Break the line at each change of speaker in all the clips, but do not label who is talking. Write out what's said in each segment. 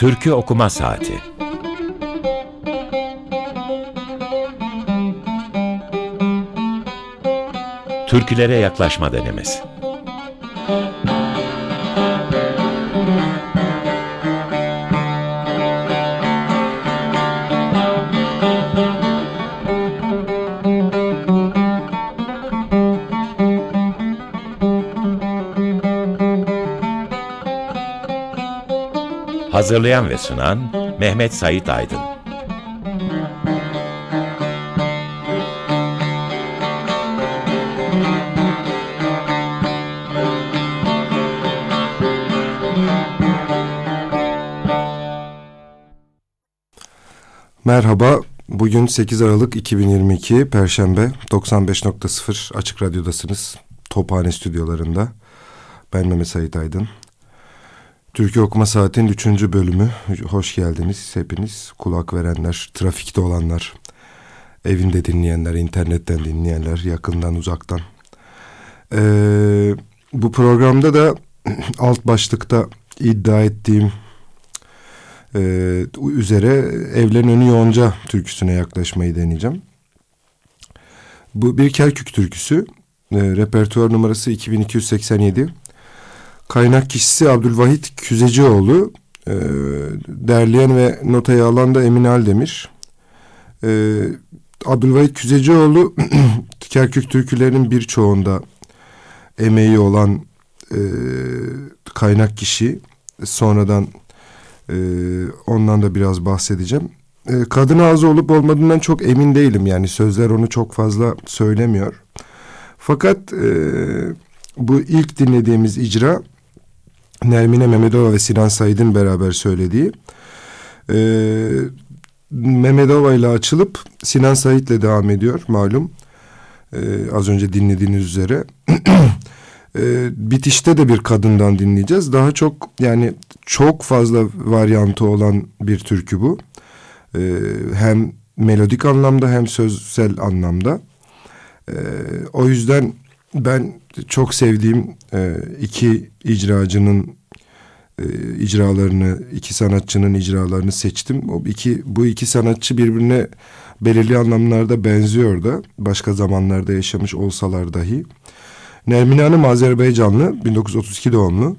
Türkü Okuma Saati. Türkülere yaklaşma denemesi. Hazırlayan ve sunan Mehmet Sait Aydın.
Merhaba, bugün 8 Aralık 2022 Perşembe 95.0 Açık Radyo'dasınız. Tophane stüdyolarında. Ben Mehmet Sait Aydın. Türkü Okuma Saati'nin 3. bölümü. Hoş geldiniz hepiniz. Kulak verenler, trafikte olanlar, evinde dinleyenler, internetten dinleyenler, yakından uzaktan. Bu programda da alt başlıkta iddia ettiğim üzere Evlerin Önü Yonca türküsüne yaklaşmayı deneyeceğim. Bu bir Kerkük türküsü. Repertuar numarası 2287. Kaynak kişisi Abdülvahit Küzecioğlu. Derleyen ve notayı alan da Emin Aldemir. Abdülvahit Küzecioğlu Kerkük türkülerinin birçoğunda emeği olan kaynak kişi. Sonradan ondan da biraz bahsedeceğim. Kadın ağzı olup olmadığından çok emin değilim. Yani sözler onu çok fazla söylemiyor. Fakat bu ilk dinlediğimiz icra Nermine Mehmedova ve Sinan Said'in beraber söylediği. Mehmedova ile açılıp Sinan Said'le devam ediyor malum. Az önce dinlediğiniz üzere. Bitişte de bir kadından dinleyeceğiz. Daha çok yani çok fazla varyantı olan bir türkü bu. Hem melodik anlamda hem sözsel anlamda. O yüzden ben çok sevdiğim iki icracının icralarını, iki sanatçının icralarını seçtim. Bu iki sanatçı birbirine belirli anlamlarda benziyor da başka zamanlarda yaşamış olsalar dahi. Nermine Hanım Azerbaycanlı, 1932 doğumlu.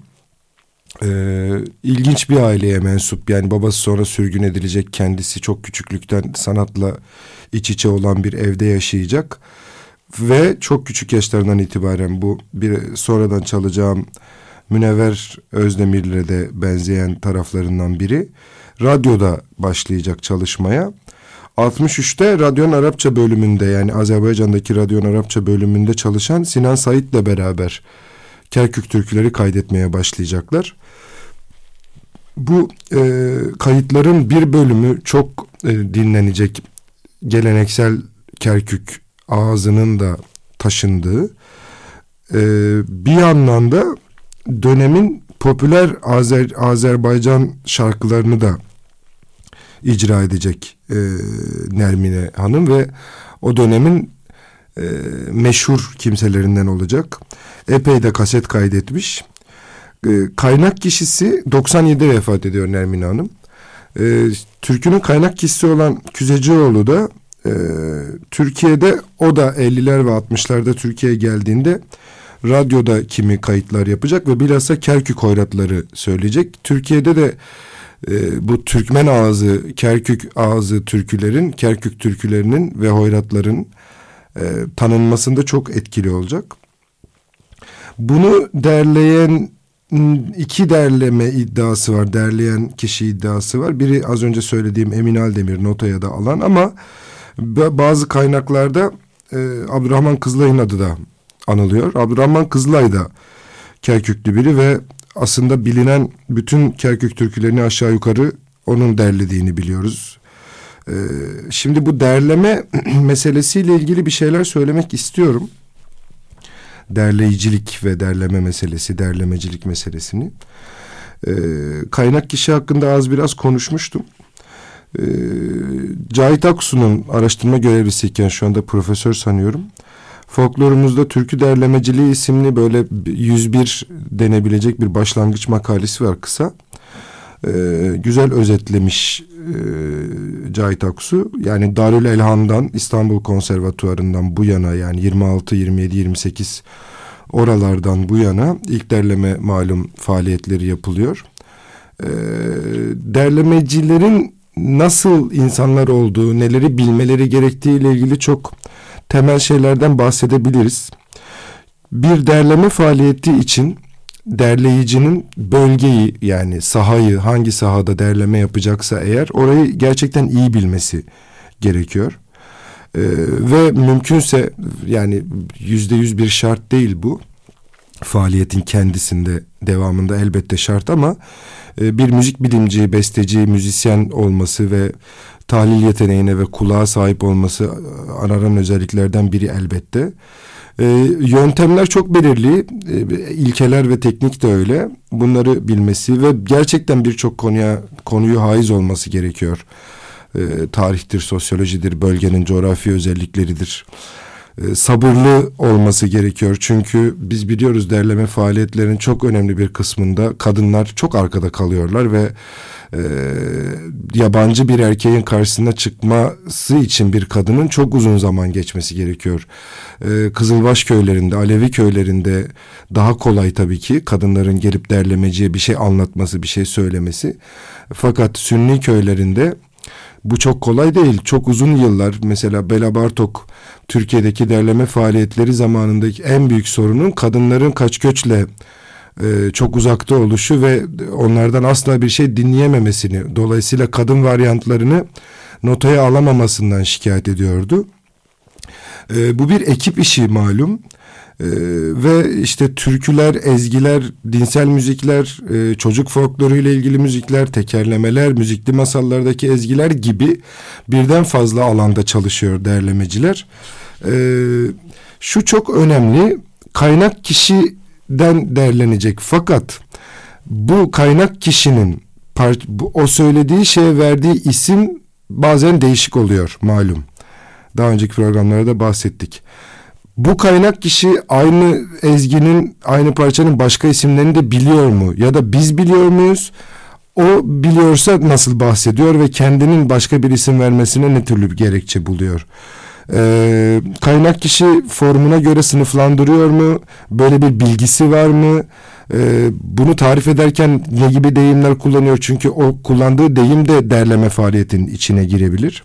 İlginç bir aileye mensup, yani babası sonra sürgün edilecek, kendisi çok küçüklükten sanatla iç içe olan bir evde yaşayacak ve çok küçük yaşlarından itibaren bu bir sonradan çalacağım Münevver Özdemir'le de benzeyen taraflarından biri, radyoda başlayacak çalışmaya. 63'te radyonun Arapça bölümünde, yani Azerbaycan'daki radyonun Arapça bölümünde çalışan Sinan Said'le beraber Kerkük türküleri kaydetmeye başlayacaklar. Bu kayıtların bir bölümü çok dinlenecek, geleneksel Kerkük ağzının da taşındığı, bir yandan da dönemin popüler Azerbaycan şarkılarını da icra edecek Nermine Hanım ve o dönemin meşhur kimselerinden olacak. Epey de kaset kaydetmiş. Kaynak kişisi 97'de vefat ediyor Nermine Hanım. Türkünün kaynak kişisi olan Küzecioğlu da Türkiye'de, o da 50'ler ve 60'larda Türkiye'ye geldiğinde radyoda kimi kayıtlar yapacak ve bilhassa Kerkük hoyratları söyleyecek. Türkiye'de de bu Türkmen ağzı, Kerkük ağzı türkülerin, Kerkük türkülerinin ve hoyratların tanınmasında çok etkili olacak. Bunu derleyen iki derleme iddiası var, derleyen kişi iddiası var. Biri az önce söylediğim Emin Aldemir, notaya da alan, ama bazı kaynaklarda Abdurrahman Kızılay'ın adı da anılıyor. Abdurrahman Kızılay da Kerküklü biri ve aslında bilinen bütün Kerkük türkülerini aşağı yukarı onun derlediğini biliyoruz. Şimdi bu derleme meselesiyle ilgili bir şeyler söylemek istiyorum. Derleyicilik ve derleme meselesi, derlemecilik meselesini. Kaynak kişi hakkında az biraz konuşmuştum. Cahit Aksu'nun araştırma görevlisiyken, şu anda profesör sanıyorum, Folklorumuzda Türkü Derlemeciliği isimli böyle 101 denebilecek bir başlangıç makalesi var, kısa. güzel özetlemiş Cahit Aksu. Yani Darül Elham'dan, İstanbul Konservatuvarı'ndan bu yana, yani 26, 27, 28 oralardan bu yana ilk derleme malum faaliyetleri yapılıyor. Derlemecilerin nasıl insanlar olduğu, neleri bilmeleri gerektiği ile ilgili çok temel şeylerden bahsedebiliriz. Bir derleme faaliyeti için derleyicinin bölgeyi, yani sahayı, hangi sahada derleme yapacaksa eğer, orayı gerçekten iyi bilmesi gerekiyor. Ve mümkünse, yani %100 bir şart değil bu. Faaliyetin kendisinde, devamında elbette şart, ama bir müzik bilimci, besteci, müzisyen olması ve tahlil yeteneğine ve kulağa sahip olması aranan özelliklerden biri elbette. Yöntemler çok belirli, ilkeler ve teknik de öyle. Bunları bilmesi ve gerçekten birçok konuyu haiz olması gerekiyor. Tarihtir, sosyolojidir, bölgenin coğrafi özellikleridir. Sabırlı olması gerekiyor. Çünkü biz biliyoruz, derleme faaliyetlerinin çok önemli bir kısmında kadınlar çok arkada kalıyorlar ve yabancı bir erkeğin karşısına çıkması için bir kadının çok uzun zaman geçmesi gerekiyor. Kızılbaş köylerinde, Alevi köylerinde daha kolay tabii ki kadınların gelip derlemeciye bir şey anlatması, bir şey söylemesi. Fakat Sünni köylerinde bu çok kolay değil. Çok uzun yıllar, mesela Bela Bartok Türkiye'deki derleme faaliyetleri zamanındaki en büyük sorunun kadınların kaç göçle çok uzakta oluşu ve onlardan asla bir şey dinleyememesini, dolayısıyla kadın varyantlarını notaya alamamasından şikayet ediyordu. Bu bir ekip işi malum. Ve işte türküler, ezgiler, dinsel müzikler, çocuk folkloruyla ilgili müzikler, tekerlemeler, müzikli masallardaki ezgiler gibi birden fazla alanda çalışıyor derlemeciler. Şu çok önemli, kaynak kişiden derlenecek, fakat bu kaynak kişinin o söylediği şeye verdiği isim bazen değişik oluyor malum. Daha önceki programlarda da bahsettik. Bu kaynak kişi aynı ezginin, aynı parçanın başka isimlerini de biliyor mu? Ya da biz biliyor muyuz? O biliyorsa nasıl bahsediyor ve kendinin başka bir isim vermesine ne türlü bir gerekçe buluyor? Kaynak kişi formuna göre sınıflandırıyor mu? Böyle bir bilgisi var mı? Bunu tarif ederken ne gibi deyimler kullanıyor? Çünkü o kullandığı deyim de derleme faaliyetinin içine girebilir.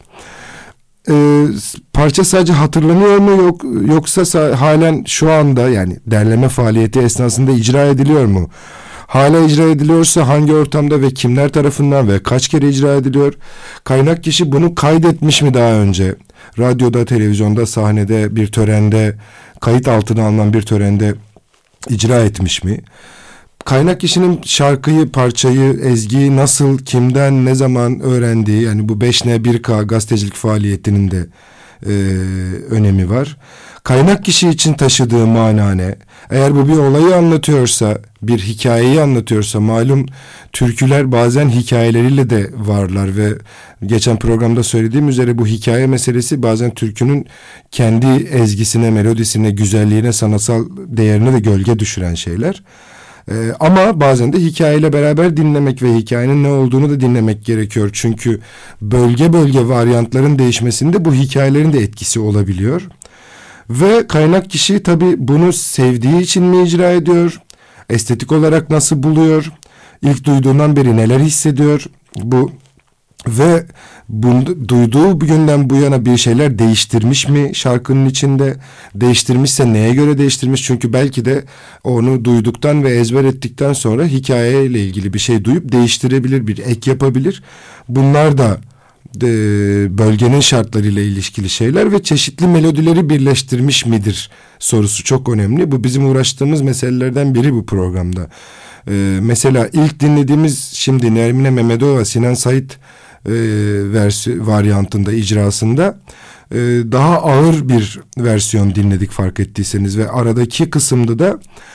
Parça sadece hatırlanıyor mu, yoksa halen şu anda, yani derleme faaliyeti esnasında icra ediliyor mu? Hala icra ediliyorsa hangi ortamda ve kimler tarafından ve kaç kere icra ediliyor? Kaynak kişi bunu kaydetmiş mi daha önce? Radyoda, televizyonda, sahnede, bir törende, kayıt altına alınan bir törende icra etmiş mi? Kaynak kişinin şarkıyı, parçayı, ezgiyi nasıl, kimden, ne zaman öğrendiği, yani bu 5N 1K gazetecilik faaliyetinin de önemi var. Kaynak kişi için taşıdığı mana ne? Eğer bu bir olayı anlatıyorsa, bir hikayeyi anlatıyorsa, malum türküler bazen hikayeleriyle de varlar ve geçen programda söylediğim üzere bu hikaye meselesi bazen türkünün kendi ezgisine, melodisine, güzelliğine, sanatsal değerine de gölge düşüren şeyler. Ama bazen de hikayeyle beraber dinlemek ve hikayenin ne olduğunu da dinlemek gerekiyor. Çünkü bölge bölge varyantların değişmesinde bu hikayelerin de etkisi olabiliyor. Ve kaynak kişi tabii bunu sevdiği için mi icra ediyor? Estetik olarak nasıl buluyor? İlk duyduğundan beri neler hissediyor? Ve duyduğu günden bu yana bir şeyler değiştirmiş mi şarkının içinde? Değiştirmişse neye göre değiştirmiş? Çünkü belki de onu duyduktan ve ezber ettikten sonra hikayeyle ilgili bir şey duyup değiştirebilir, bir ek yapabilir. Bunlar da bölgenin şartlarıyla ilişkili şeyler ve çeşitli melodileri birleştirmiş midir sorusu çok önemli. Bu bizim uğraştığımız meselelerden biri bu programda. Mesela ilk dinlediğimiz şimdi Nermine Mehmetova, Sinan Sait varyantında, icrasında daha ağır bir versiyon dinledik fark ettiyseniz ve aradaki kısımda da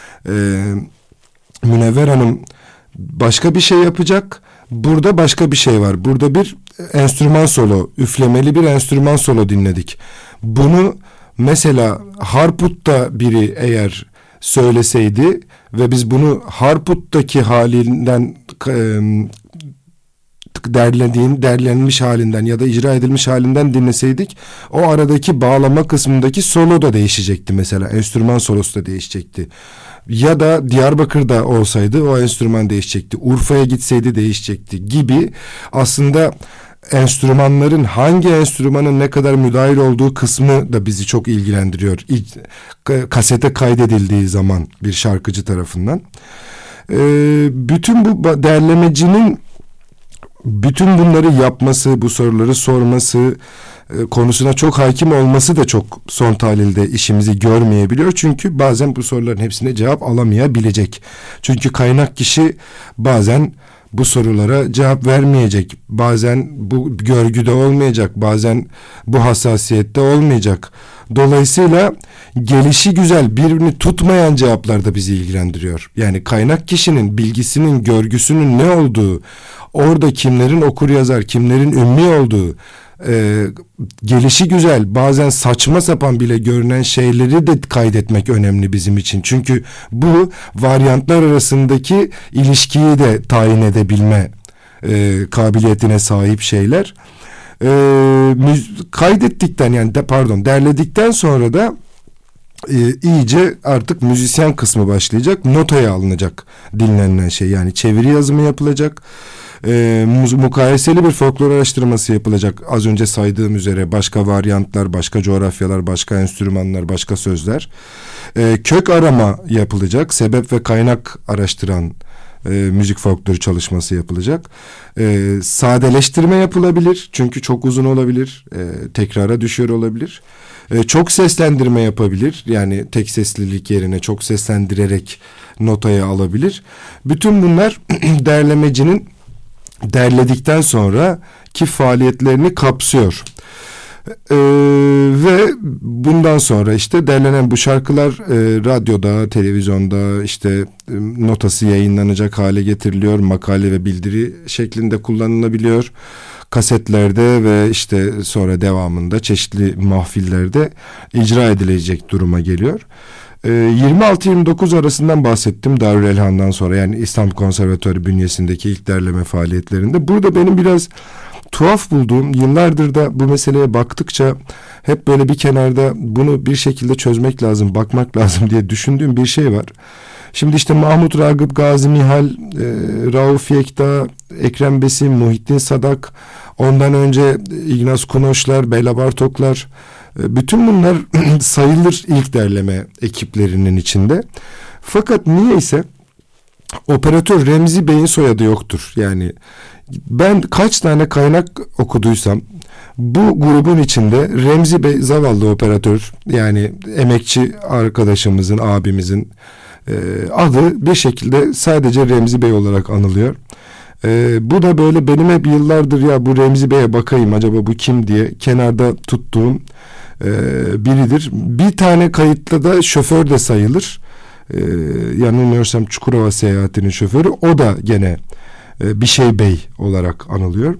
Münevver Hanım başka bir şey yapacak. Burada başka bir şey var. Burada bir enstrüman solo, üflemeli bir enstrüman solo dinledik. Bunu mesela Harput'ta biri eğer söyleseydi ve biz bunu Harput'taki halinden derlenmiş halinden ya da icra edilmiş halinden dinleseydik, o aradaki bağlama kısmındaki solo da değişecekti mesela. Enstrüman solosu da değişecekti. Ya da Diyarbakır'da olsaydı o enstrüman değişecekti. Urfa'ya gitseydi değişecekti gibi. Aslında enstrümanların, hangi enstrümanın ne kadar müdahil olduğu kısmı da bizi çok ilgilendiriyor. Kasete kaydedildiği zaman bir şarkıcı tarafından. Bütün bu derlemecinin bütün bunları yapması, bu soruları sorması konusuna çok hakim olması da çok son tahlilde işimizi görmeyebiliyor. Çünkü bazen bu soruların hepsine cevap alamayabilecek. Çünkü kaynak kişi bazen bu sorulara cevap vermeyecek. Bazen bu görgüde olmayacak. Bazen bu hassasiyette olmayacak. Dolayısıyla gelişi güzel, birbirini tutmayan cevaplar da bizi ilgilendiriyor. Yani kaynak kişinin bilgisinin, görgüsünün ne olduğu, orada kimlerin okur yazar, kimlerin ümmi olduğu, gelişi güzel, bazen saçma sapan bile görünen şeyleri de kaydetmek önemli bizim için. Çünkü bu varyantlar arasındaki ilişkiyi de tayin edebilme kabiliyetine sahip şeyler. Kaydettikten derledikten sonra da iyice artık müzisyen kısmı başlayacak. Notaya alınacak dinlenilen şey, yani çeviri yazımı yapılacak. Mukayeseli bir folklor araştırması yapılacak. Az önce saydığım üzere başka varyantlar, başka coğrafyalar, başka enstrümanlar, başka sözler. Kök arama yapılacak. Sebep ve kaynak araştıran müzik folkloru çalışması yapılacak. Sadeleştirme yapılabilir. Çünkü çok uzun olabilir. Tekrara düşüyor olabilir. Çok seslendirme yapabilir. Yani tek seslilik yerine çok seslendirerek notaya alabilir. Bütün bunlar derlemecinin derledikten sonra ki faaliyetlerini kapsıyor. Ve bundan sonra işte derlenen bu şarkılar radyoda, televizyonda işte notası yayınlanacak hale getiriliyor. Makale ve bildiri şeklinde kullanılabiliyor. Kasetlerde ve işte sonra devamında çeşitli mahfillerde icra edilecek duruma geliyor. 26-29 arasından bahsettim Darülelhan'dan sonra, yani İstanbul Konservatuarı bünyesindeki ilk derleme faaliyetlerinde. Burada benim biraz tuhaf bulduğum, yıllardır da bu meseleye baktıkça hep böyle bir kenarda bunu bir şekilde çözmek lazım, bakmak lazım diye düşündüğüm bir şey var. Şimdi işte Mahmut Ragıp, Gazi Mihal, Rauf Yekta, Ekrem Besim, Muhittin Sadak, ondan önce İgnaz Kunoşlar, Bela Bartoklar, bütün bunlar sayılır ilk derleme ekiplerinin içinde. Fakat niyeyse operatör Remzi Bey'in soyadı yoktur. Yani ben kaç tane kaynak okuduysam bu grubun içinde Remzi Bey, zavallı operatör, yani emekçi arkadaşımızın, abimizin adı bir şekilde sadece Remzi Bey olarak anılıyor. Bu da böyle benim hep yıllardır ya bu Remzi Bey'e bakayım acaba bu kim diye kenarda tuttuğum biridir. Bir tane kayıtla da şoför de sayılır. Yanılmıyorsam Çukurova seyahatinin şoförü. O da gene bir şey bey olarak anılıyor.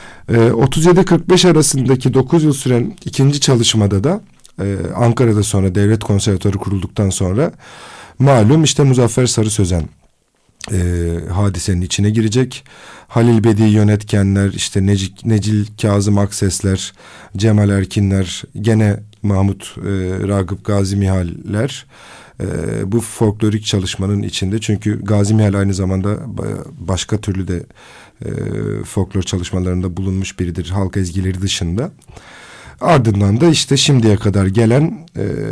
37-45 arasındaki 9 yıl süren ikinci çalışmada da Ankara'da sonra Devlet Konservatuarı kurulduktan sonra malum işte Muzaffer Sarı Sözen hadisenin içine girecek. Halil Bedi Yönetkenler, işte Necil Kazım Aksesler, Cemal Erkinler, gene Mahmut Ragıp, Gazi Mihaller bu folklorik çalışmanın içinde. Çünkü Gazi Mihal aynı zamanda başka türlü de folklor çalışmalarında bulunmuş biridir, halk ezgileri dışında. Ardından da işte şimdiye kadar gelen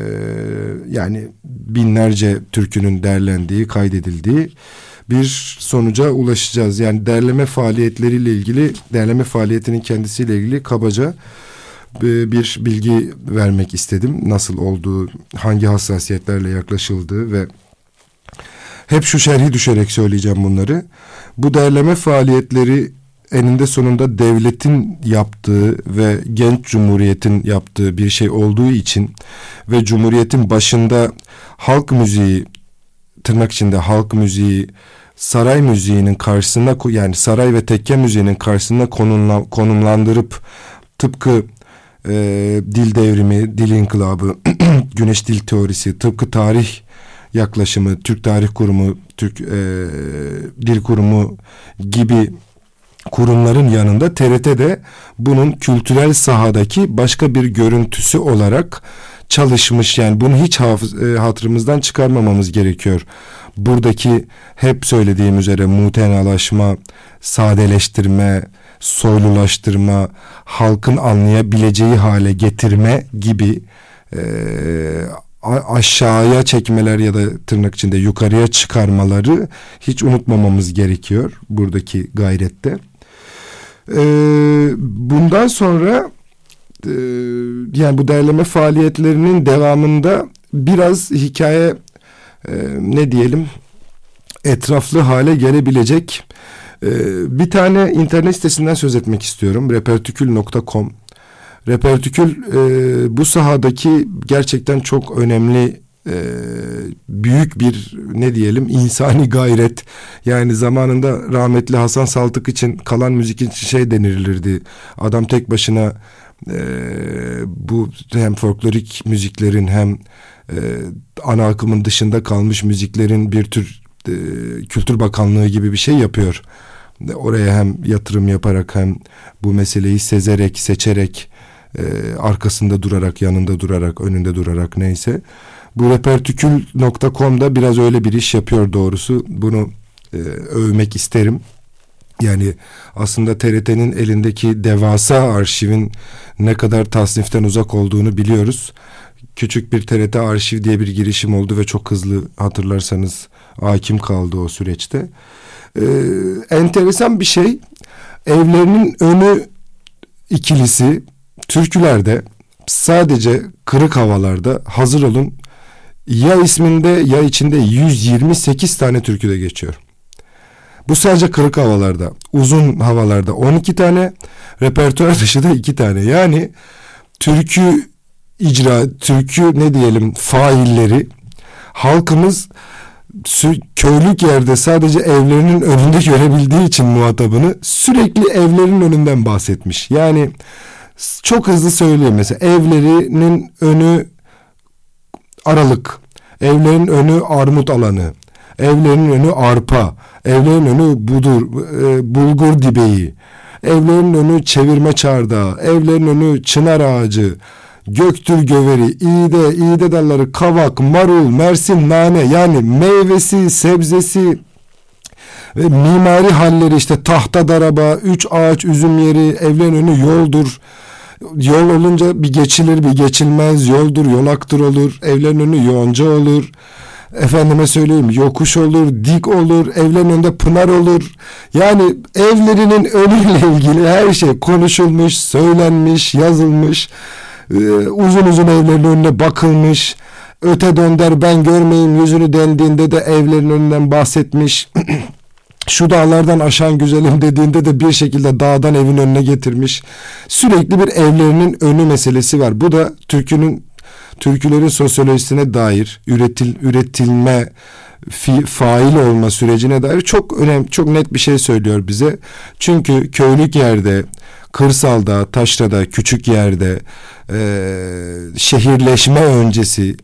yani binlerce türkünün derlendiği, kaydedildiği bir sonuca ulaşacağız. Yani derleme faaliyetleriyle ilgili, derleme faaliyetinin kendisiyle ilgili kabaca bir bilgi vermek istedim. Nasıl olduğu, hangi hassasiyetlerle yaklaşıldığı ve hep şu şerhi düşerek söyleyeceğim bunları. Bu derleme faaliyetleri eninde sonunda devletin yaptığı ve genç cumhuriyetin yaptığı bir şey olduğu için ve cumhuriyetin başında halk müziği, tırnak içinde halk müziği, saray müziğinin karşısına, yani saray ve tekke müziğinin karşısına konumlandırıp tıpkı dil devrimi, dil inkılabı, güneş dil teorisi, tıpkı tarih yaklaşımı, Türk Tarih Kurumu, Türk Dil Kurumu gibi kurumların yanında TRT de bunun kültürel sahadaki başka bir görüntüsü olarak çalışmış. Yani bunu hiç hatırımızdan çıkarmamamız gerekiyor. Buradaki hep söylediğim üzere mutenalaşma, sadeleştirme, soylulaştırma, halkın anlayabileceği hale getirme gibi aşağıya çekmeler ya da tırnak içinde yukarıya çıkarmaları hiç unutmamamız gerekiyor buradaki gayrette. Bundan sonra yani bu derleme faaliyetlerinin devamında biraz hikaye ne diyelim etraflı hale gelebilecek bir tane internet sitesinden söz etmek istiyorum. Repertükül.com. Repertükül bu sahadaki gerçekten çok önemli büyük bir ne diyelim insani gayret. Yani zamanında rahmetli Hasan Saltık için kalan müzik için şey denilirdi. Adam tek başına bu hem folklorik müziklerin hem ana akımın dışında kalmış müziklerin bir tür Kültür Bakanlığı gibi bir şey yapıyor. Oraya hem yatırım yaparak hem bu meseleyi sezerek, seçerek, arkasında durarak, yanında durarak, önünde durarak neyse. Bu repertükül.com'da biraz öyle bir iş yapıyor doğrusu. Bunu övmek isterim. Yani aslında TRT'nin elindeki devasa arşivin ne kadar tasniften uzak olduğunu biliyoruz. Küçük bir TRT arşiv diye bir girişim oldu ve çok hızlı hatırlarsanız hakim kaldı o süreçte. Enteresan bir şey, evlerinin önü ikilisi türkülerde sadece kırık havalarda hazır olun ya isminde ya içinde 128 tane türkü de geçiyor. Bu sadece kırık havalarda. Uzun havalarda 12 tane, repertuar dışı da 2 tane. Yani türkü ne diyelim failleri halkımız köylük yerde sadece evlerinin önünde görebildiği için muhatabını sürekli evlerinin önünden bahsetmiş. Yani çok hızlı söyleyeyim mesela evlerinin önü aralık, evlerin önü armut alanı, evlerin önü arpa, evlerin önü bulgur dibeği, evlerin önü çevirme çardağı, evlerin önü çınar ağacı, göktür göveri, iğde dalları, kavak, marul, mersin, nane, yani meyvesi, sebzesi ve mimari halleri işte tahta daraba, 3 ağaç üzüm yeri, evlerin önü yoldur. Yol olunca bir geçilir bir geçilmez, yoldur yolaktır olur, evlerin önü yonca olur. Efendime söyleyeyim yokuş olur, dik olur, evlerin önünde pınar olur. Yani evlerinin önüyle ilgili her şey konuşulmuş, söylenmiş, yazılmış. Uzun uzun evlerin önüne bakılmış. Öte dönder ben görmeyeyim yüzünü dendiğinde de evlerin önünden bahsetmiş. Şu dağlardan aşan güzelim dediğinde de bir şekilde dağdan evin önüne getirmiş. Sürekli bir evlerinin önü meselesi var. Bu da türkülerin sosyolojisine dair üretilme fail olma sürecine dair çok önemli, çok net bir şey söylüyor bize. Çünkü köylük yerde, kırsalda, taşrada, küçük yerde, şehirleşme öncesi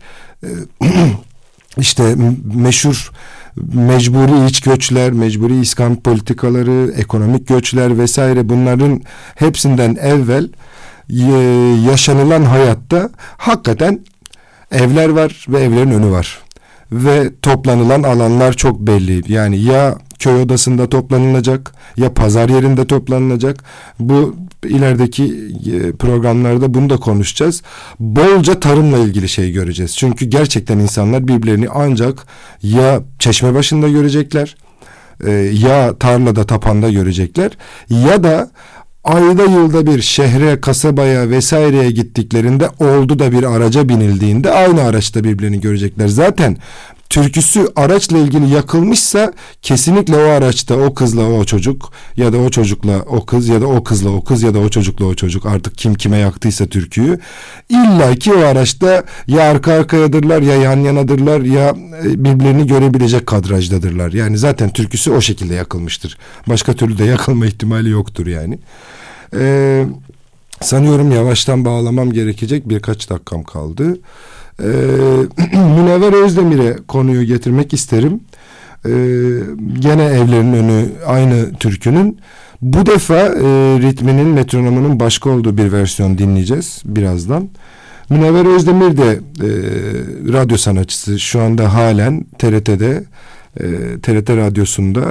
işte meşhur mecburi iç göçler, mecburi iskan politikaları, ekonomik göçler vesaire, bunların hepsinden evvel yaşanılan hayatta hakikaten evler var ve evlerin önü var. Ve toplanılan alanlar çok belli. Yani ya köy odasında toplanılacak ya pazar yerinde toplanılacak. Bu ilerideki programlarda bunu da konuşacağız. Bolca tarımla ilgili şey göreceğiz. Çünkü gerçekten insanlar birbirlerini ancak ya çeşme başında görecekler, ya tarlada, tapanda görecekler, ya da ayda yılda bir şehre, kasabaya vesaireye gittiklerinde, oldu da bir araca binildiğinde aynı araçta birbirlerini görecekler. Zaten türküsü araçla ilgili yakılmışsa kesinlikle o araçta o kızla o çocuk ya da o çocukla o kız ya da o kızla o kız ya da o çocukla o çocuk, artık kim kime yaktıysa türküyü, illa ki o araçta ya arka arkayadırlar ya yan yanadırlar ya birbirlerini görebilecek kadrajdadırlar. Yani zaten türküsü o şekilde yakılmıştır. Başka türlü de yakılma ihtimali yoktur yani. Sanıyorum yavaştan bağlamam gerekecek, birkaç dakikam kaldı. Münevver Özdemir'e konuyu getirmek isterim. Gene evlerin önü aynı türkünün. Bu defa ritminin, metronomunun başka olduğu bir versiyon dinleyeceğiz birazdan. Münevver Özdemir de radyo sanatçısı. Şu anda halen TRT'de, TRT Radyosu'nda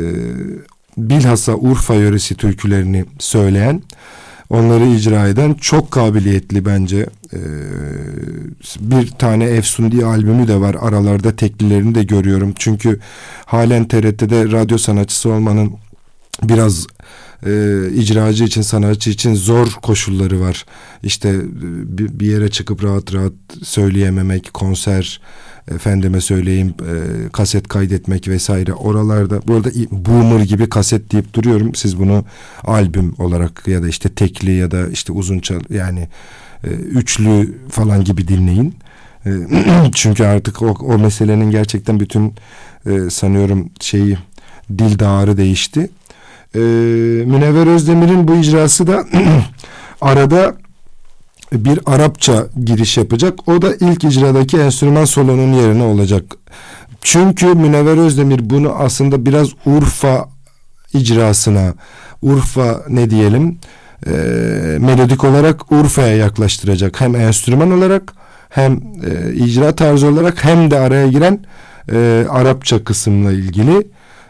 bilhassa Urfa yöresi türkülerini söyleyen, onları icra eden çok kabiliyetli bence. Bir tane Efsundi albümü de var. Aralarda teklilerini de görüyorum. Çünkü halen TRT'de radyo sanatçısı olmanın biraz icracı için, sanatçı için zor koşulları var. İşte bir yere çıkıp rahat rahat söyleyememek, konser, efendime söyleyeyim, kaset kaydetmek vesaire. Oralarda, bu arada boomer gibi kaset deyip duruyorum. Siz bunu albüm olarak ya da işte tekli ya da işte uzun yani üçlü falan gibi dinleyin. Çünkü artık o meselenin gerçekten bütün sanıyorum dil dağarı değişti. Münevver Özdemir'in bu icrası da arada bir Arapça giriş yapacak. O da ilk icradaki enstrüman solonun yerine olacak. Çünkü Münevver Özdemir bunu aslında biraz Urfa icrasına, Urfa ne diyelim, melodik olarak Urfa'ya yaklaştıracak. Hem enstrüman olarak, hem icra tarzı olarak, hem de araya giren Arapça kısımla ilgili.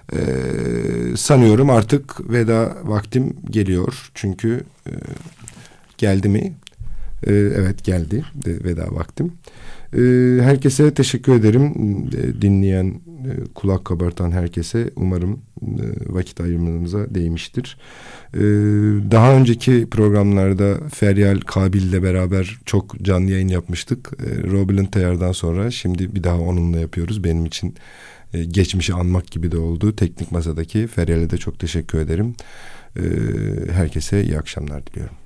Sanıyorum artık veda vaktim geliyor. Çünkü geldi mi? Evet, geldi veda vaktim. Herkese teşekkür ederim. Dinleyen, kulak kabartan herkese umarım vakit ayırmanıza değmiştir. Daha önceki programlarda Feryal Kabil'le beraber çok canlı yayın yapmıştık. Robin Tayar'dan sonra şimdi bir daha onunla yapıyoruz. Benim için geçmişi anmak gibi de oldu. Teknik Masa'daki Feryal'e de çok teşekkür ederim. Herkese iyi akşamlar diliyorum.